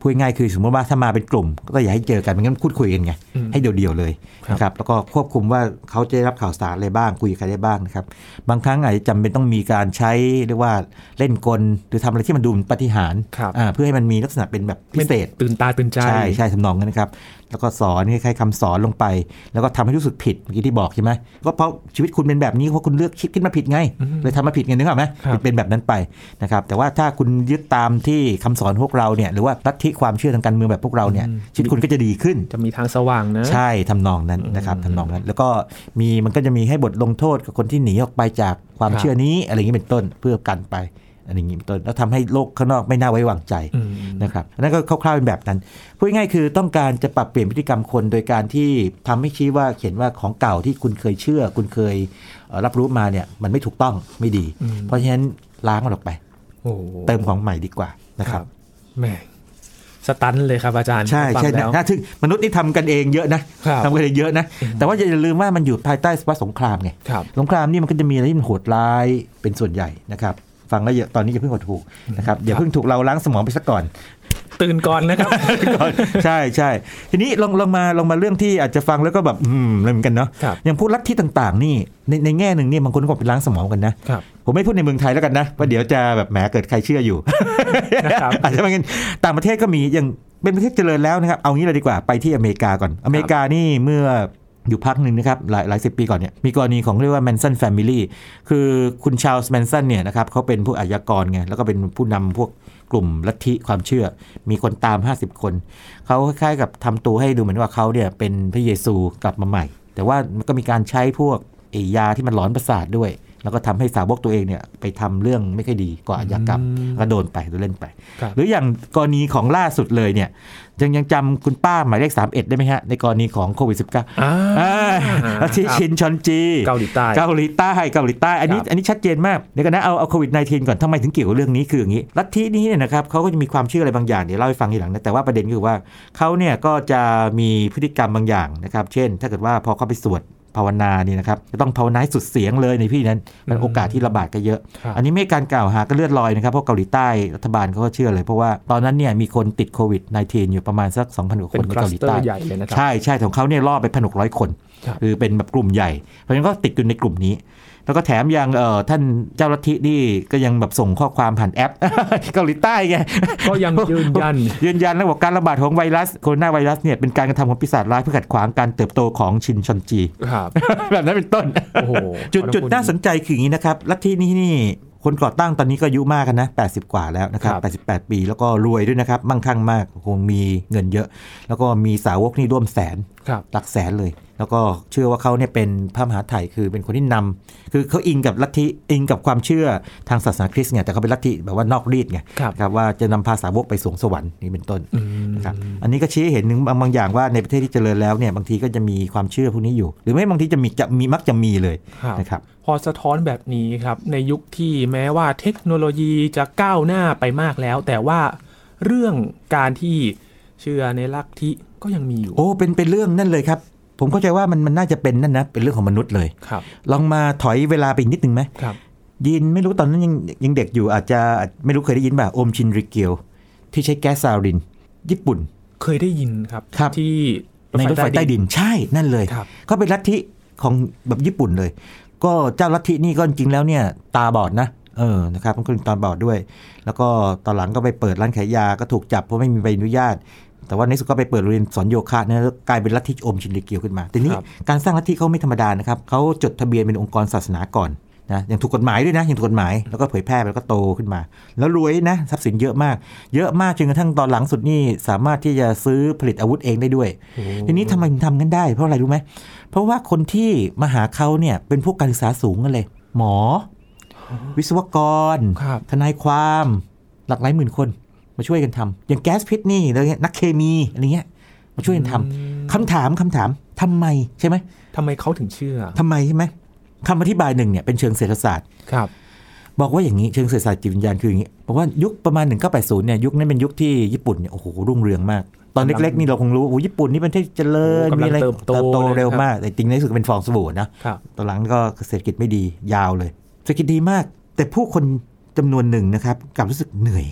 [SPEAKER 2] พูดง่ายคือสมมติว่าถ้ามาเป็นกลุ่มก็อย่าให้เจอกันมันงั้นพูดคุยกันไงให้เดี่ยวๆเลยนะครับแล้วก็ควบคุมว่าเขาจะได้รับข่าวสารอะไรบ้างคุยกับใครได้บ้างนะครับบางครั้งอาจจะจำเป็นต้องมีการใช้เรียกว่าเล่นกลหรือทำอะไรที่มันดูเป็นปาฏิหาริย์เพื่อให้มันมีลักษณะเป็นแบบพิเศษ
[SPEAKER 1] ตื่นตาตื่นใจ
[SPEAKER 2] ใช่ใช่ทำนองนั้นนะครับแล้วก็สอนคล้ายๆคำสอนลงไปแล้วก็ทำให้รู้สึกผิดเมื่อกี้ที่บอกใช่ไหมก็เพราะชีวิตคุณเป็นแบบนี้เพราะคุณเลือกคิดขึ้นมาผิดไงเลยทำมาผิดไงนึกออกไหมเป็นแบบนั้นไปนะครับแต่ว่าถ้าคุณยึดตามที่คำสอนพวกเราเนี่ยหรือว่าลัทธิความเชื่อทางการเมืองแบบพวกเราเนี่ยชีวิตคุณก็จะดีขึ้น
[SPEAKER 1] จะมีทางสว่างนะ
[SPEAKER 2] ใช่ทำนองนั้นนะครับทำนองนั้นแล้วก็มีมันก็จะมีให้บทลงโทษกับคนที่หนีออกไปจากความเชื่อนี้อะไรอย่างนี้เป็นต้นเพื่อกันไปอะไรอย่างนี้เป็นต้นแล้วทำให้โลกข้างนอกไม่น่าไว้วางใจนะครับนั่นก็คร่าวๆเป็นแบบนั้นพูดง่ายๆคือต้องการจะปรับเปลี่ยนพฤติกรรมคนโดยการที่ทำให้ชี้ว่าเขียนว่าของเก่าที่คุณเคยเชื่อคุณเคยรับรู้มาเนี่ยมันไม่ถูกต้องไม่ดีเพราะฉะนั้นล้างมันออกไปเติมของใหม่ดีกว่านะครับ
[SPEAKER 1] แหมสตันเลยครับอาจารย์
[SPEAKER 2] ใช่ใช่น่าทึ่งมนุษย์นี่ทำกันเองเยอะนะทำกันเองเยอะนะแต่ว่าอย่าลืมว่ามันอยู่ภายใต้สภาวะสงครามไงสงครามนี่มันก็จะมีอะไรที่มันโหดร้ายเป็นส่วนใหญ่นะครับฟังแล้วตอนนี้อย่าเพิ่งหดหู่นะครับอย่าเพิ่งถูกเราล้างสมองไปซะก่อน
[SPEAKER 1] ตื่นก่อนนะครับ
[SPEAKER 2] ใช่ใช่ทีนี้ลองลองมาลองมาเรื่องที่อาจจะฟังแล้วก็แบบอืมอะไรเหมือนกันเนาะอย่างพวกลัทธิต่างๆนี่ในในแง่หนึ่งนี่บางคนก็ไปล้างสมองกันนะผมไม่พูดในเมืองไทยแล้วกันนะว่าเดี๋ยวจะแบบแหมเกิดใครเชื่ออยู่อาจจะเป็นต่างประเทศก็มีอย่างเป็นประเทศเจริญแล้วนะครับเอางี้เลยดีกว่าไปที่อเมริกาก่อนอเมริกานี่เมื่ออยู่พักหนึ่งนะครับหลายหลายสิบปีก่อนเนี่ยมีกรณีของเรียกว่าแมนสันแฟมิลี่คือคุณชาร์ลส์แมนสันเนี่ยนะครับเขาเป็นผู้อาชญากรไงแล้วก็เป็นผู้นำพวกกลุ่มลัทธิความเชื่อมีคนตามห้าสิบคนเขาคล้ายๆกับทำตัวให้ดูเหมือนว่าเขาเนี่ยเป็นพระเยซูกลับมาใหม่แต่ว่ามันก็มีการใช้พวกไอ้ยาที่มันหลอนประสาทด้วยแล้วก็ทำให้สาวกตัวเองเนี่ยไปทำเรื่องไม่ค่อยดีก่ออาชญากรรมก็โดนไปโดนเล่นไปหรืออย่างกรณีของล่าสุดเลยเนี่ยยังยังจำคุณป้าหมายเลขสามสิบเอ็ดได้ไหมฮะในกรณีของโควิด สิบเก้า อ่าที่ชินชอนจี
[SPEAKER 1] เกาหลีใต้
[SPEAKER 2] เกาหลีใต้เกาหลีใต้อันนี้อันนี้ชัดเจนมากเดี๋ยวกันนะเอาเอาโควิด สิบเก้า ก่อนทำไมถึงเกี่ยวกับเรื่องนี้คืออย่างนี้ลัทธินี้เนี่ยนะครับเขาก็จะมีความเชื่ออะไรบางอย่างเดี๋ยวเล่าให้ฟังทีหลังนะแต่ว่าประเด็นคือว่าเขาเนี่ยก็จะมีพฤติกรรมบางอย่างนะครับเช่นถ้าเกิดว่าพอเขาไปสวดภาวนานี่นะครับจะต้องภาวนาสุดเสียงเลยในพี่นั้นมันโอกาสที่ระบาดก็เยอะอันนี้ไม่การกล่าวหาก็เลือดลอยนะครับเพราะเกาหลีใต้รัฐบาลเขาก็เชื่อเลยเพราะว่าตอนนั้นเนี่ยมีคนติดโควิด สิบเก้า อยู่ประมาณสัก สองพัน กว่าคนในเกาหลีใต้ใช่ใช่ของเขาเนี่ยล่อไป หนึ่งพันหกร้อย คนคือเป็นแบบกลุ่มใหญ่เพราะฉะนั้นก็ติดอยู่ในกลุ่มนี้แล้วก็แถมยังเอ่อท่านเจ้าลัทธินี่ก็ยังแบบส่งข้อความผ่านแอปเกาหลีใต้ไง
[SPEAKER 1] ก็ยังยืนยัน
[SPEAKER 2] ยืนยันแล้วบอกการระบาดของไวรัสโคโรนาไวรัสเนี่ยเป็นการกระทำของปีศาจร้ายเพื่อขัดขวางการเติบโตของชินชอนจีแบบนั้นเป็นต้นจุดจุดน่าสนใจคืออย่างนี้นะครับลัทธินี้นี่คนก่อตั้งตอนนี้ก็อายุมากกันนะแปดสิบกว่าแล้วนะครับแปดสิบแปดปีแล้วก็รวยด้วยนะครับมั่งคั่งมากคงมีเงินเยอะแล้วก็มีสาวกนี่ร่วมแสนหลักแสนเลยแล้วก็เชื่อว่าเขาเนี่ยเป็นพระมหาไถ่คือเป็นคนที่นำคือเขาอิงกับลัทธิอิงกับความเชื่อทางศาสนาคริสต์ไงแต่เขาเป็นลัทธิแบบว่านอกรีดไงครับว่าจะนำพาสาวกไปสวงสวรรค์นี่เป็นต้นนะครับอันนี้ก็ชี้เห็นถึงบางอย่างว่าในประเทศที่เจริญแล้วเนี่ยบางทีก็จะมีความเชื่อพวกนี้อยู่หรือไม่บางทีจะมีจะมีมักจะมีเลยนะครับ
[SPEAKER 1] พอสะท้อนแบบนี้ครับในยุคที่แม้ว่าเทคโนโลยีจะก้าวหน้าไปมากแล้วแต่ว่าเรื่องการที่เชื่อในลัทธิก็ยังมีอยู่
[SPEAKER 2] โอ้เป็นเป็นเรื่องนั่นเลยครับผมเข้าใจว่ามันมันน่าจะเป็นนั่นนะเป็นเรื่องของมนุษย์เลยลองมาถอยเวลาไปอีกนิดนึงไหมยินไม่รู้ตอนนั้นยังยังเด็กอยู่อาจจะไม่รู้เคยได้ยินป่ะโอมชินริเกียวที่ใช้แก๊สซารินญี่ปุ่น
[SPEAKER 1] เคยได้ยินครับที่
[SPEAKER 2] ในรถไฟใต้ดินใช่นั่นเลยก็เป็นลัทธิของแบบญี่ปุ่นเลยก็เจ้าลัทธินี่ก็จริงแล้วเนี่ยตาบอดนะเออนะครับมันก็ตาบอดด้วยแล้วก็ตอนหลังก็ไปเปิดร้านขายยาก็ถูกจับเพราะไม่มีใบอนุญาตแต่ว่าในสุดก็ไปเปิดโรงเรียนสอนโยคะเนี่ยกลายเป็นลัทธิโอมชินริเกียวขึ้นมาทีนี้การสร้างลัทธิเขาไม่ธรรมดานะครับเขาจดทะเบียนเป็นองค์กรศาสนาก่อนนะอย่างถูกกฎหมายด้วยนะอย่างถูกกฎหมายแล้วก็เผยแพร่ไปแล้วก็โตขึ้นมาแล้วรวยนะทรัพย์สินเยอะมากเยอะมากจนกระทั่งตอนหลังสุดนี่สามารถที่จะซื้อผลิตอาวุธเองได้ด้วยทีนี้ทำไมถึงทำกันได้เพราะอะไรรู้ไหมเพราะว่าคนที่มาหาเขาเนี่ยเป็นพวกการศึกษาสูงกันเลยหมอวิศวกรทนายความหลักหลายหมื่นคนมาช่วยกันทำอย่างแก๊สพิษนี่อะไรเงี้ยนักเคมีอะไรเงี้ยมาช่วยกันทำคำถามคำถามทำไมใช่ไหม
[SPEAKER 1] ทำไมเขาถึงเชื่อ
[SPEAKER 2] ทำไมใช่ไหมคำอธิบายหนึ่งเนี่ยเป็นเชิงเศรษฐศาสตร์
[SPEAKER 1] ครับ
[SPEAKER 2] บอกว่าอย่างนี้เชิงเศรษฐศาสตร์จิตวิญญาณคืออย่างนี้บอกว่ายุคประมาณหนึ่งพันเก้าร้อยแปดสิบเนี่ยยุคนั้นเป็นยุคที่ญี่ปุ่นเนี่ยโอ้โหรุ่งเรืองมากตอนเล็กๆนี่เราคงรู้โอ้ญี่ปุ่นนี่เป็นประเทศเจริญมีอะไรเติบโตเร็วมากแต่จริงในที่สุดเป็นฟองสบู่นะตอนหลังก็เศรษฐกิจไม่ดียาวเลยเศรษฐกิจดีมากแต่ผู้คนจำนวนหนึ่งนะครับกลับรู้สึกเหนื่อย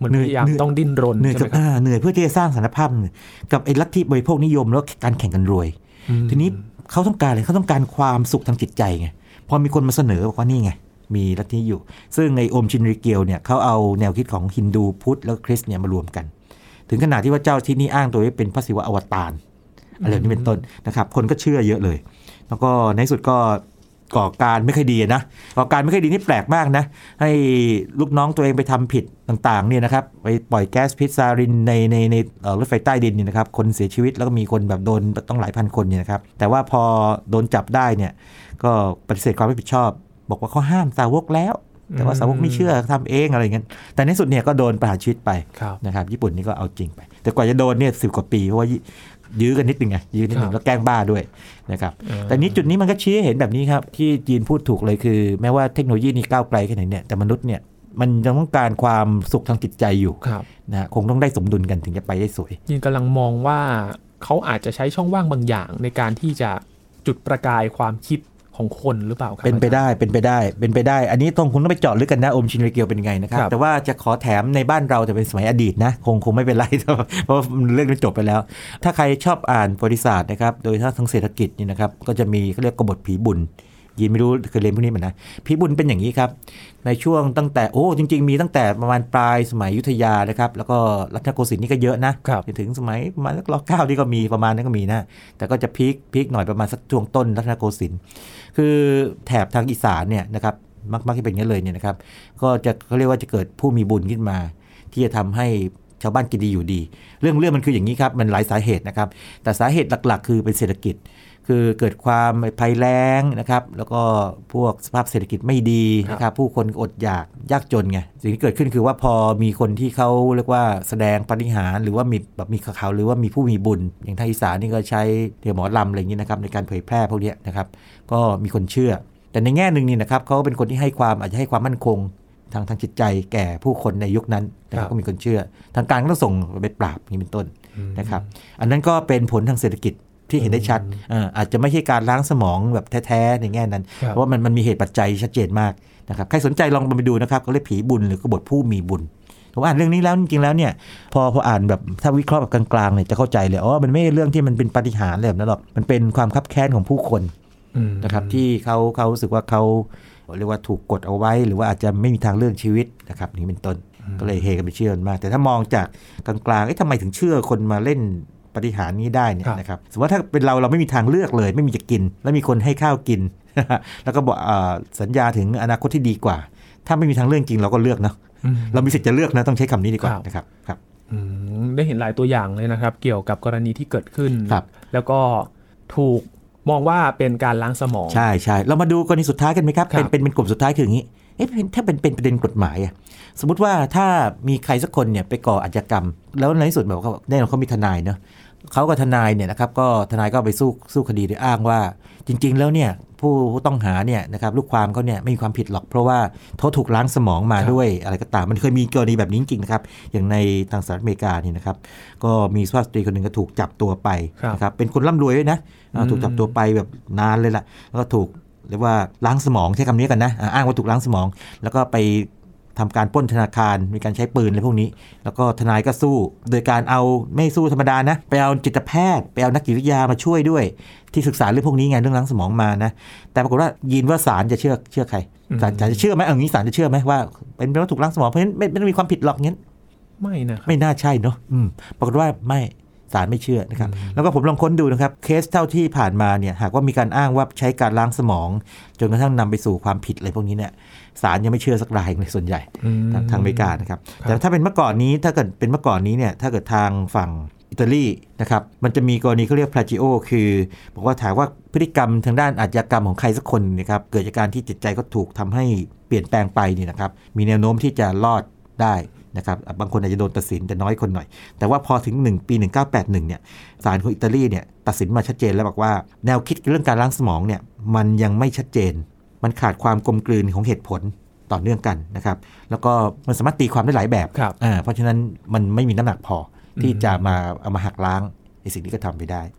[SPEAKER 1] เหมือนพยายามต้องดิ้นรน
[SPEAKER 2] เหนื่อยกับเหนื่อยเพื่อที่จะสร้างสารภาพกับไอ้ลัทธิบริโภคนิยมแล้วการแข่งกันรวยทีนี้เขาต้องการอะไรเขาต้องการความสุขทางจิตใจไงพอมีคนมาเสนอบอกว่านี่ไงมีลัทธิอยู่ซึ่งไอ้โอมชินริเกียวเนี่ยเขาเอาแนวคิดของฮินดูพุทธแล้วคริสต์เนี่ยมารวมกันถึงขนาดที่ว่าเจ้าที่นี่อ้างตัวว่าเป็นพระศิวะอวตารอะไรนี้เป็นต้นนะครับคนก็เชื่อเยอะเลยแล้วก็ในสุดก็ก่อการไม่ค่อยดีนะก่อการไม่ค่อยดีนี่แปลกมากนะให้ลูกน้องตัวเองไปทำผิดต่างๆเนี่ยนะครับไปปล่อยแก๊สพิษซารินในในในรถไฟใต้ดินนี่นะครับคนเสียชีวิตแล้วก็มีคนแบบโดนต้องหลายพันคนเนี่ยนะครับแต่ว่าพอโดนจับได้เนี่ยก็ปฏิเสธความรับผิดชอบบอกว่าเขาห้ามสาวกแล้วแต่ว่าสาวกไม่เชื่อทำเองอะไรอย่างเงี้ยแต่ในสุดเนี่ยก็โดนประหารชีวิตไปนะครับญี่ปุ่นนี่ก็เอาจริงไปแต่กว่าจะโดนเนี่ยสิบกว่าปีเพราะว่ายื้อกันนิดนึงไงยื้อนิดนึงแล้วแกล้งบ้าด้วยนะครับแต่นี้จุดนี้มันก็ชี้ให้เห็นแบบนี้ครับที่จีนพูดถูกเลยคือแม้ว่าเทคโนโลยีนี้ก้าวไกลแค่ไหนเนี่ยแต่มนุษย์เนี่ยมันยังต้องการความสุขทางจิตใจอยู่นะคงต้องได้สมดุลกันถึงจะไปได้สวย
[SPEAKER 1] จีนกำลังมองว่าเขาอาจจะใช้ช่องว่างบางอย่างในการที่จะจุดประกายความคิดของคนหรือเปล่าครับ
[SPEAKER 2] เป็นไปได้เป็นไปได้เป็นไปได้อันนี้ต้องคุณต้องไปเจาะลึกกันนะโอมชินริเกียวเป็นไงนะครับแต่ว่าจะขอแถมในบ้านเราแต่เป็นสมัยอดีตนะคงคงไม่เป็นไรเพราะเรื่องมันจบไปแล้วถ้าใครชอบอ่านประวัติศาสตร์นะครับโดยถ้าทางเศรษฐกิจนี่นะครับก็จะมีเขาเรียกกบฏผีบุญยินไม่รู้เคยเรียนพวกนี้มั้ยนะผีบุญเป็นอย่างนี้ครับในช่วงตั้งแต่โอ้จริงๆมีตั้งแต่ประมาณปลายสมัยอยุธยานะครับแล้วก็รัตนโกสินทร์นี่ก็เยอะนะถึงสมัยประมาณร.เก้าที่ก็มีประมาณนั้นก็มีนะแต่ก็จะพีคพีคหน่อยประมาณสักช่วงต้นรัตนโกสินทร์คือแถบทางอีสานเนี่ยนะครับมักๆที่เป็นอย่างนี้เลยเนี่ยนะครับก็จะเขาเรียกว่าจะเกิดผู้มีบุญขึ้นมาที่จะทำให้ชาวบ้านกินดีอยู่ดีเรื่องเรื่องมันคืออย่างนี้ครับมันหลายสาเหตุนะครับแต่สาเหตุหลักๆคือเป็นเศรษฐกิจคือเกิดความภัยแล้งนะครับแล้วก็พวกสภาพเศรษฐกิจไม่ดีนะครับผู้คนอดอยากยากจนไงสิ่งที่เกิดขึ้นคือว่าพอมีคนที่เขาเรียกว่าแสดงปาฏิหาริย์หรือว่ามีแบบมีข่าวหรือว่ามีผู้มีบุญอย่างทางอีสานนี่ก็ใช้เดี๋ยวหมอลำอะไรอย่างนี้นะครับในการเผยแพร่พวกนี้นะครับก็มีคนเชื่อแต่ในแง่นึงนี่นะครับเขาเป็นคนที่ให้ความอาจจะให้ความมั่นคงทางทางจิตใจแก่ผู้คนในยุคนั้นนะครับก็มีคนเชื่อทางการก็ต้องส่งไปปราบนี่เป็นต้นนะครับอันนั้นก็เป็นผลทางเศรษฐกิจที่เห็นได้ชัด อา, อาจจะไม่ใช่การล้างสมองแบบแท้ๆในแง่นั้นเพราะว่ามันมันมีเหตุปัจจัยชัดเจนมากนะครับใครสนใจลองไปดูนะครับก็เรียกผีบุญหรือกบฏผู้มีบุญผมอ่านเรื่องนี้แล้วจริงๆแล้วเนี่ยพอพออ่านแบบถ้าวิเคราะห์แบบกลางๆเนี่ยจะเข้าใจเลยอ๋อมันไม่ใช่เรื่องที่มันเป็นปาฏิหาริย์อะไรแบบนั้นหรอกมันเป็นความคับแค้นของผู้คนนะครับที่เขาเขารู้สึกว่าเขาเรียกว่าถูกกดเอาไว้หรือว่าอาจจะไม่มีทางเลือกชีวิตนะครับนี่เป็นต้นก็เลยเฮกันไปเชื่อมากแต่ถ้ามองจากกลางๆเอ๊ะทำไมถึงเชื่อคนมาเล่นปฏิหารนี้ได้เนี่ยนะครับสมมติว่าถ้าเป็นเราเราไม่มีทางเลือกเลยไม่มีจะกินแล้วมีคนให้ข้าวกิน แล้วก็บอกสัญญาถึงอนาคตที่ดีกว่าถ้าไม่มีทางเลือกจริงเราก็เลือกเนาะเรามีสิทธิ์จะเลือกนะต้องใช้คำนี้ดีกว่านะครับครับ
[SPEAKER 1] ได้เห็นหลายตัวอย่างเลยนะครับเกี่ยวกับกรณีที่เกิดขึ้นแล้วก็ถูกมองว่าเป็นการล้างสมอง
[SPEAKER 2] ใช่ใช่เรามาดูกรณีสุดท้ายกันไหมครับเป็นเป็นเป็นกลุ่มสุดท้ายคืออย่างนี้เอ๊ะถ้าเป็นเป็นประเด็นกฎหมายอะสมมุติว่าถ้ามีใครสักคนเนี่ยไปก่ออาชญากรรมแล้วในที่สุดแบบเขาแน่นอนเขามีทนายเนาะเขากับทนายเนี่ยนะครับก็ทนายก็ไปสู้สู้คดีโดยอ้างว่าจริงๆแล้วเนี่ยผู้ต้องหาเนี่ยนะครับลูกความเขาเนี่ยไม่มีความผิดหรอกเพราะว่าเขาถูกล้างสมองมาด้วยอะไรก็ตามมันเคยมีกรณีแบบนี้จริงๆนะครับอย่างในทางสหรัฐอเมริกานี่นะครับก็มีสุภาพสตรีคนหนึ่งก็ถูกจับตัวไปนะครับเป็นคนร่ำรวยด้วยนะถูกจับตัวไปแบบนานเลยล่ะแล้วก็ถูกเรียกว่าล้างสมองใช้คำนี้กันนะอ้างว่าถูกล้างสมองแล้วก็ไปทำการปล้นธนาคารมีการใช้ปืนอะไรพวกนี้แล้วก็ทนายก็สู้โดยการเอาไม่สู้ธรรมดานะไปเอาจิตแพทย์ไปเอานักจิตวิทยามาช่วยด้วยที่ศึกษาเรื่องพวกนี้ไงเรื่องล้างสมองมานะแต่ปรากฏว่ายินว่าศาลจะเชื่อเชื่อใครศาลจะเชื่อไหมเอางี้ศาลจะเชื่อไหมว่าเป็นเพราะถูกล้างสมองเพราะฉะนั้นไม่ไม่มีความผิดหรอกงั้น
[SPEAKER 1] ไม่นะ
[SPEAKER 2] ไม่น่าใช่เนาะปรากฏว่าไม่ศาลไม่เชื่อนะครับแล้วก็ผมลองค้นดูนะครับเคสเท่าที่ผ่านมาเนี่ยหากว่ามีการอ้างว่าใช้การล้างสมองจนกระทั่งนำไปสู่ความผิดอะไรพวกนี้เนี่ยศาลยังไม่เชื่อสักรายในส่วนใหญ่ทางอเมริกานะครับแต่ถ้าเป็นเมื่อก่อนนี้ถ้าเกิดเป็นเมื่อก่อนนี้เนี่ยถ้าเกิดทางฝั่งอิตาลีนะครับมันจะมีกรณีเขาเรียกพลาจิโอคือบอกว่าถามว่าพฤติกรรมทางด้านอาชญากรรมของใครสักคนนะครับเกิดจากการที่จิตใจก็ถูกทำให้เปลี่ยนแปลงไปนี่นะครับมีแนวโน้มที่จะรอดได้นะครับบางคนอาจจะโดนตัดสินแต่น้อยคนหน่อยแต่ว่าพอถึงหนึ่งปีหนึ่งเก้าแปดหนึ่งเนี่ยศาลของอิตาลีเนี่ยตัดสินมาชัดเจนแล้วบอกว่าแนวคิดเรื่องการล้างสมองเนี่ยมันยังไม่ชัดเจนมันขาดความกลมกลืนของเหตุผลต่อเนื่องกันนะครับแล้วก็มันสามารถตีความได้หลายแบบอ่าเพราะฉะนั้นมันไม่มีน้ำหนักพอที่จะมาเอามาหักล้างในสิ่งที่ก็ทำไปได้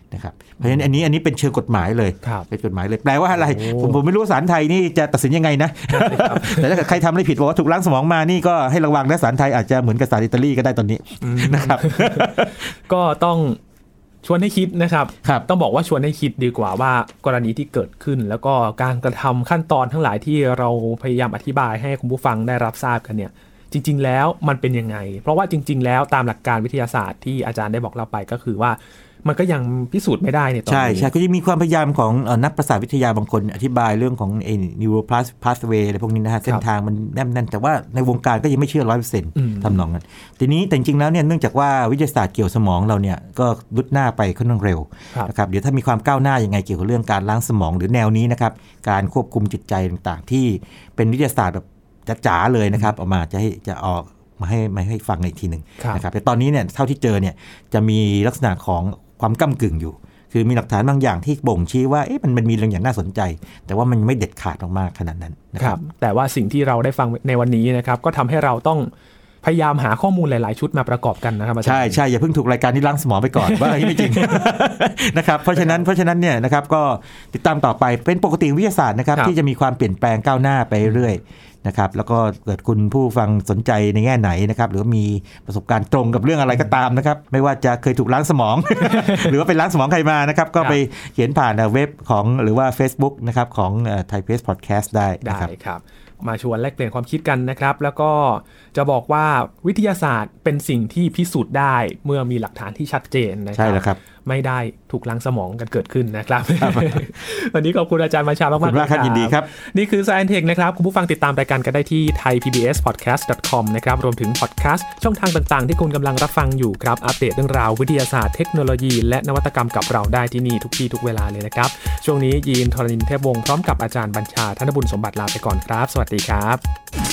[SPEAKER 2] นะครับเพราะฉะนั้นอันนี้อันนี้เป็นเชิงกฎหมายเลยเป็นกฎหมายเลยแปลว่าอะไรผมผมไม่รู้ศาลไทยนี่จะตัดสินยังไงนะ แต่ถ้าเกิดใครทำอะไรผิดบอกว่าถูกล้างสมองมานี่ก็ให้ระวังนะศาลไทยอาจจะเหมือนกับศาลอิตาลีก็ได้ตอนนี้นะครับ
[SPEAKER 1] ก็ต้องชวนให้คิดนะครับต้องบอกว่าชวนให้คิดดีกว่าว่ากรณีที่เกิดขึ้นแล้วก็การกระทำขั้นตอนทั้งหลายที่เราพยายามอธิบายให้คุณผู้ฟังได้รับทราบกันเนี่ยจริงๆแล้วมันเป็นยังไงเพราะว่าจริงๆแล้วตามหลักการวิทยาศาสตร์ที่อาจารย์ได้บอกเราไปก็คือว่ามันก็ยังพิสูจน์ไม่ได้ในตอนนี้
[SPEAKER 2] ใช่ใช่ก็จะมีความพยายามของนักประสาทวิทยาบางคนอธิบายเรื่องของไอ้ neural pathway อะไรพวกนี้นะฮะเส้นทางมันแน่นๆแต่ว่าในวงการก็ยังไม่เชื่อ ร้อยเปอร์เซ็นต์ ทำนองนั้นทีนี้แต่จริงๆแล้วเนี่ยเนื่องจากว่าวิทยาศาสตร์เกี่ยวสมองเราเนี่ยก็ลุดหน้าไปค่อนข้างเร็วนะครับเดี๋ยวถ้ามีความก้าวหน้ายังไงเกี่ยวกับเรื่องการล้างสมองหรือแนวนี้นะครับการควบคุมจิตใจต่างๆที่เป็นวิทยาศาสตร์แบบจ๋าๆเลยนะครับออกมาจะให้จะออกมาให้มาให้ฟังอีกทีหนึ่งนะครับแต่ตอนนี้เนี่ยเท่าที่เจอเนี่ยจะมีลักษณะของความก้ำกึ่งอยู่คือมีหลักฐานบางอย่างที่บ่งชี้ว่าเอ๊ะมันมันมีเรื่องอย่างน่าสนใจแต่ว่ามันไม่เด็ดขาดมากๆขนาดนั้นนะครับ
[SPEAKER 1] แต่ว่าสิ่งที่เราได้ฟังในวันนี้นะครับก็ทำให้เราต้องพยายามหาข้อมูลหลายๆชุดมาประกอบกันนะครับ
[SPEAKER 2] ใช่ใช่อย่าเพิ่งถูกรายการที่ล้างสมองไปก่อน ว่าอะไรไม่จริง นะครับเพราะฉะนั้นเพราะฉะนั้นเนี่ยนะครับก็ติดตามต่อไปเป็นปกติวิทยาศาสตร์นะครับที่จะมีความเปลี่ยนแปลงก้าวหน้าไปเรื่อยนะครับแล้วก็เกิดคุณผู้ฟังสนใจในแง่ไหนนะครับหรือว่ามีประสบการณ์ตรงกับเรื่องอะไรก็ตามนะครับไม่ว่าจะเคยถูกล้างสมอง หรือว่าไปล้างสมองใครมานะครับก็ไปเขียนผ่านเว็บของหรือว่า Facebook นะครับของ Thai พี บี เอส Podcast ได้
[SPEAKER 1] นะครับได้ครับมาชวนแลกเปลี่ยนความคิดกันนะครับแล้วก็จะบอกว่าวิทยาศาสตร์เป็นสิ่งที่พิสูจน์ได้เมื่อมีหลักฐานที่ชัดเจนนะครับใช่แล้วครับไม่ได้ถูกล้างสมองกันเกิดขึ้นนะครับวันนี้ขอบคุณอาจารย์บัญชามากๆ
[SPEAKER 2] ครับขอบคุณมากครับยินดีครับ
[SPEAKER 1] นี่คือ Science Tech นะครับคุณผู้ฟังติดตามรายการกันได้ที่ ไทยพี บี เอส พอดแคสต์ ดอท คอม นะครับรวมถึงพอดแคสต์ช่องทางต่างๆที่คุณกำลังรับฟังอยู่ครับอัปเดตเรื่องราววิทยาศาสตร์เทคโนโลยีและนวัตกรรมกับเราได้ที่นี่ทุกที่ทุกเวลาเลยนะครับช่วงนี้ยีนทรณินเทพวงศ์พร้อมกับอาจารย์บัญชาธนบุญสมบัติลาไปก่อนครับสวัสดีครับ